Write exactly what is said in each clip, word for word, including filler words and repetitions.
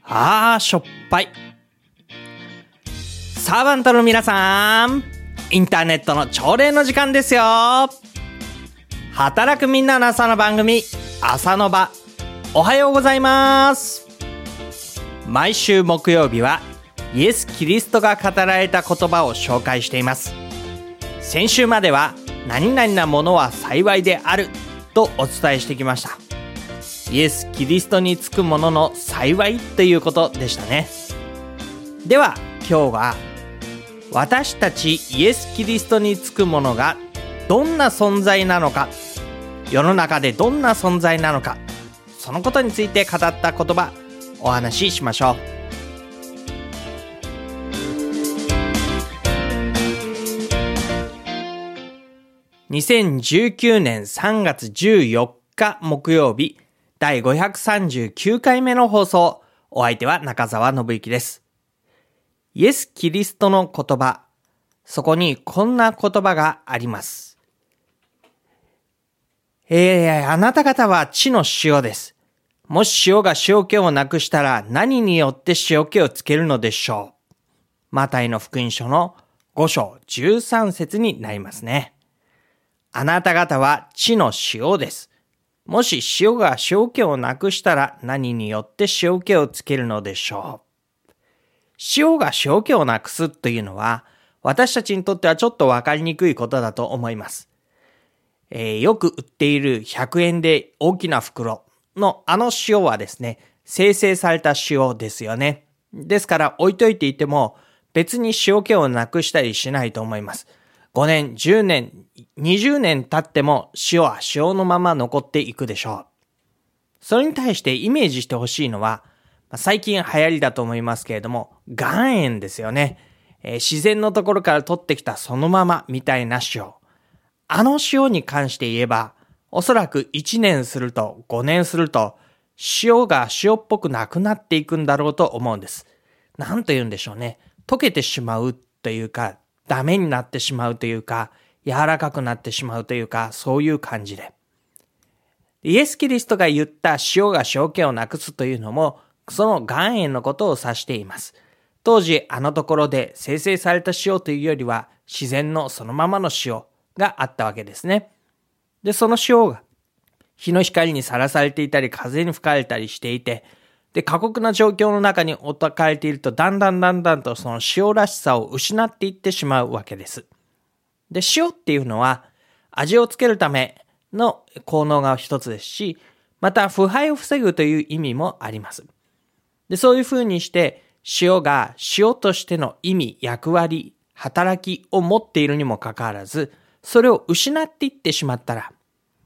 あーしょっぱい。サーバントの皆さん、インターネットの朝礼の時間ですよ。働くみんなの朝の番組、朝の場。おはようございます。毎週木曜日はイエス・キリストが語られた言葉を紹介しています。先週までは何々なものは幸いであるとお伝えしてきました。イエス・キリストにつくものの幸いということでしたね。では今日は私たちイエス・キリストにつくものがどんな存在なのか、世の中でどんな存在なのか、そのことについて語った言葉お話ししましょう。にせんじゅうきゅうねんさんがつじゅうよっか木曜日、だいごひゃくさんじゅうきゅうかいめの放送。お相手は中澤信之です。イエス・キリストの言葉、そこにこんな言葉があります。えー、あなた方は地の塩です。もし塩が塩気をなくしたら何によって塩気をつけるのでしょう。マタイの福音書のごしょうじゅうさんせつになりますね。あなた方は地の塩です。もし塩が塩気をなくしたら何によって塩気をつけるのでしょう。塩が塩気をなくすというのは私たちにとってはちょっとわかりにくいことだと思います。えー、よく売っているひゃくえんで大きな袋のあの塩はですね、精製された塩ですよね。ですから置いといていても別に塩気をなくしたりしないと思います。ごねん、じゅうねん、にじゅうねん経っても塩は塩のまま残っていくでしょう。それに対してイメージしてほしいのは、最近流行りだと思いますけれども、岩塩ですよね。えー、自然のところから取ってきたそのままみたいな塩。あの塩に関して言えば、おそらくいちねんするとごねんすると、塩が塩っぽくなくなっていくんだろうと思うんです。なんと言うんでしょうね。溶けてしまうというか、ダメになってしまうというか、柔らかくなってしまうというか、そういう感じで。イエス・キリストが言った塩が塩気をなくすというのも、その岩塩のことを指しています。当時あのところで精製された塩というよりは、自然のそのままの塩があったわけですね。で、その塩が日の光にさらされていたり、風に吹かれたりしていて、で、過酷な状況の中に置かれていると、だんだんだんだんとその塩らしさを失っていってしまうわけです。で、塩っていうのは味をつけるための効能が一つですし、また腐敗を防ぐという意味もあります。で、そういうふうにして塩が塩としての意味、役割、働きを持っているにもかかわらず、それを失っていってしまったら、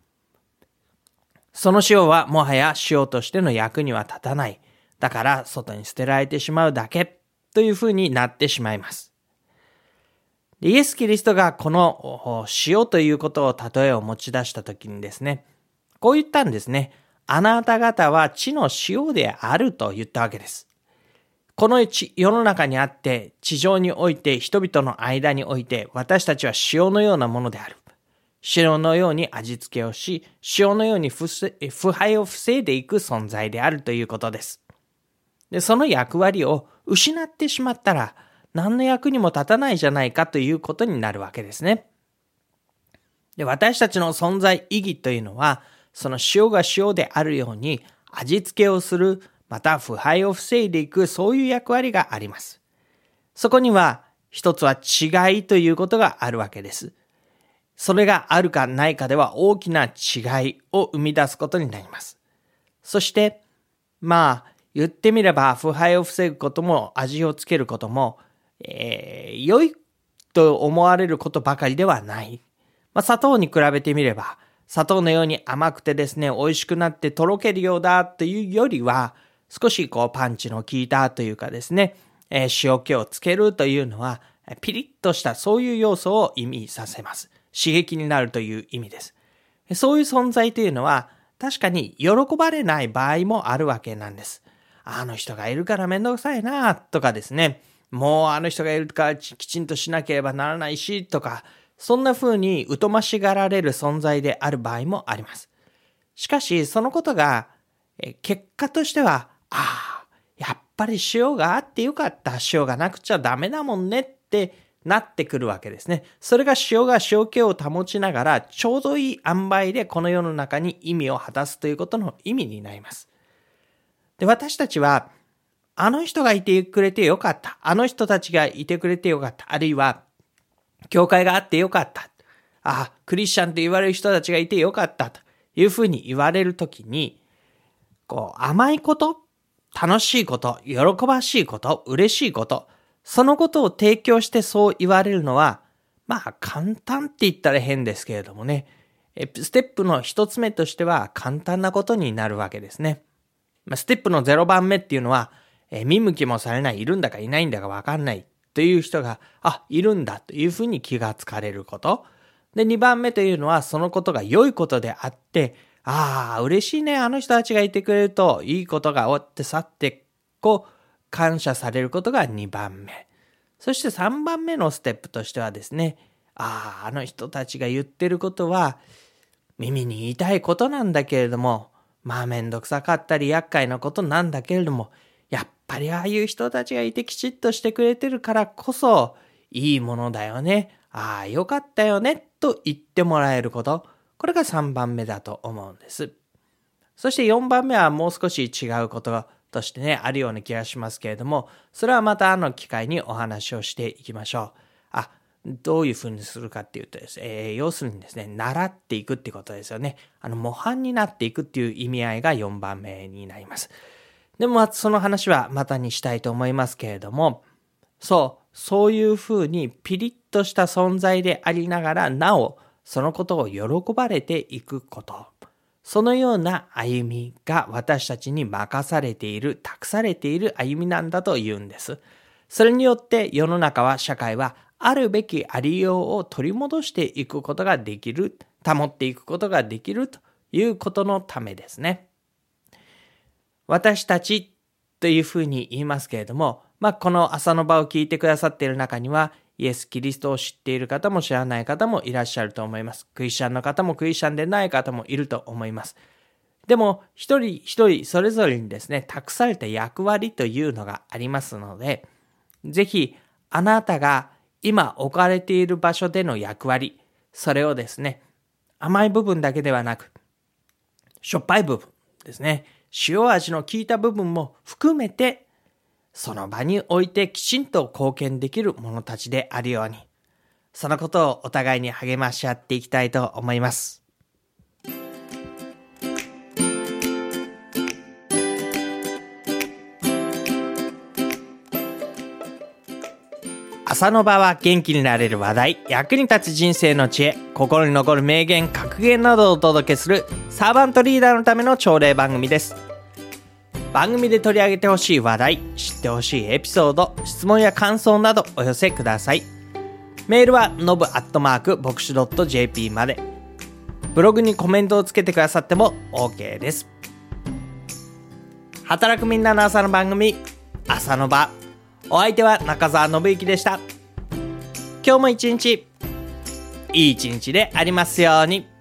その塩はもはや塩としての役には立たない。だから外に捨てられてしまうだけというふうになってしまいます。イエス・キリストがこの塩ということを例えを持ち出したときにですね、こう言ったんですね。あなた方は地の塩であると言ったわけです。この世の中にあって地上において人々の間において私たちは塩のようなものである。塩のように味付けをし、塩のように腐敗を防いでいく存在であるということです。で、その役割を失ってしまったら、何の役にも立たないじゃないかということになるわけですね。で、私たちの存在意義というのは、その塩が塩であるように味付けをする、また腐敗を防いでいく、そういう役割があります。そこには、一つは違いということがあるわけです。それがあるかないかでは大きな違いを生み出すことになります。そして、まあ、言ってみれば腐敗を防ぐことも味をつけることも、えー、良いと思われることばかりではない。まあ、砂糖に比べてみれば、砂糖のように甘くてですね、美味しくなってとろけるようだというよりは、少しこうパンチの効いたというかですね、えー、塩気をつけるというのは、ピリッとしたそういう要素を意味させます。刺激になるという意味です。そういう存在というのは確かに喜ばれない場合もあるわけなんです。あの人がいるからめんどくさいなとかですね、もうあの人がいるからきちんとしなければならないしとか、そんな風に疎ましがられる存在である場合もあります。しかしそのことが結果としては、ああ、やっぱり塩があってよかった。塩がなくちゃダメだもんねってなってくるわけですね。それが塩が塩気を保ちながらちょうどいい塩梅でこの世の中に意味を果たすということの意味になります。で、私たちはあの人がいてくれてよかった。あの人たちがいてくれてよかった。あるいは教会があってよかった。ああ、クリスチャンと言われる人たちがいてよかったというふうに言われるときに、こう甘いこと、楽しいこと、喜ばしいこと、嬉しいこと、そのことを提供してそう言われるのは、まあ簡単って言ったら変ですけれどもね、ステップの一つ目としては簡単なことになるわけですね。ステップのゼロばんめっていうのは、見向きもされない、いるんだかいないんだかわかんないという人が、あ、いるんだというふうに気がつかれること。で、にばんめというのはそのことが良いことであって、ああ、嬉しいね。あの人たちがいてくれるといいことが終わって去って、こう、感謝されることがにばんめ。そしてさんばんめのステップとしてはですね、ああ、あの人たちが言ってることは耳に言いたいことなんだけれども、まあめんどくさかったり厄介なことなんだけれども、やっぱりああいう人たちがいてきちっとしてくれてるからこそいいものだよね。ああ、よかったよねと言ってもらえること。これがさんばんめだと思うんです。そしてよんばんめはもう少し違うこととしてね、あるような気がしますけれども、それはまたあの機会にお話をしていきましょう。あ、どういうふうにするかっていうとですね、えー、要するにですね、習っていくってことですよね。あの模範になっていくっていう意味合いがよんばんめになります。でもその話はまたにしたいと思いますけれども、そう、そういうふうにピリッとした存在でありながら、なおそのことを喜ばれていくこと。そのような歩みが私たちに任されている、託されている歩みなんだというんです。それによって世の中は、社会はあるべきありようを取り戻していくことができる、保っていくことができるということのためですね。私たちというふうに言いますけれども、まあこの朝の場を聞いてくださっている中には、イエス・キリストを知っている方も知らない方もいらっしゃると思います。クリスチャンの方もクリスチャンでない方もいると思います。でも一人一人それぞれにですね、託された役割というのがありますので、ぜひあなたが今置かれている場所での役割、それをですね、甘い部分だけではなく、しょっぱい部分ですね、塩味の効いた部分も含めて、その場においてきちんと貢献できる者たちであるように、そのことをお互いに励まし合っていきたいと思います。朝の場は元気になれる話題、役に立つ人生の知恵、心に残る名言、格言などをお届けするサーバントリーダーのための朝礼番組です。番組で取り上げてほしい話題、知ってほしいエピソード、質問や感想などお寄せください。メールはのぶアットマーク牧師 .jp まで。ブログにコメントをつけてくださっても OK です。働くみんなの朝の番組、朝の場。お相手は中澤信之でした。今日も一日、いい一日でありますように。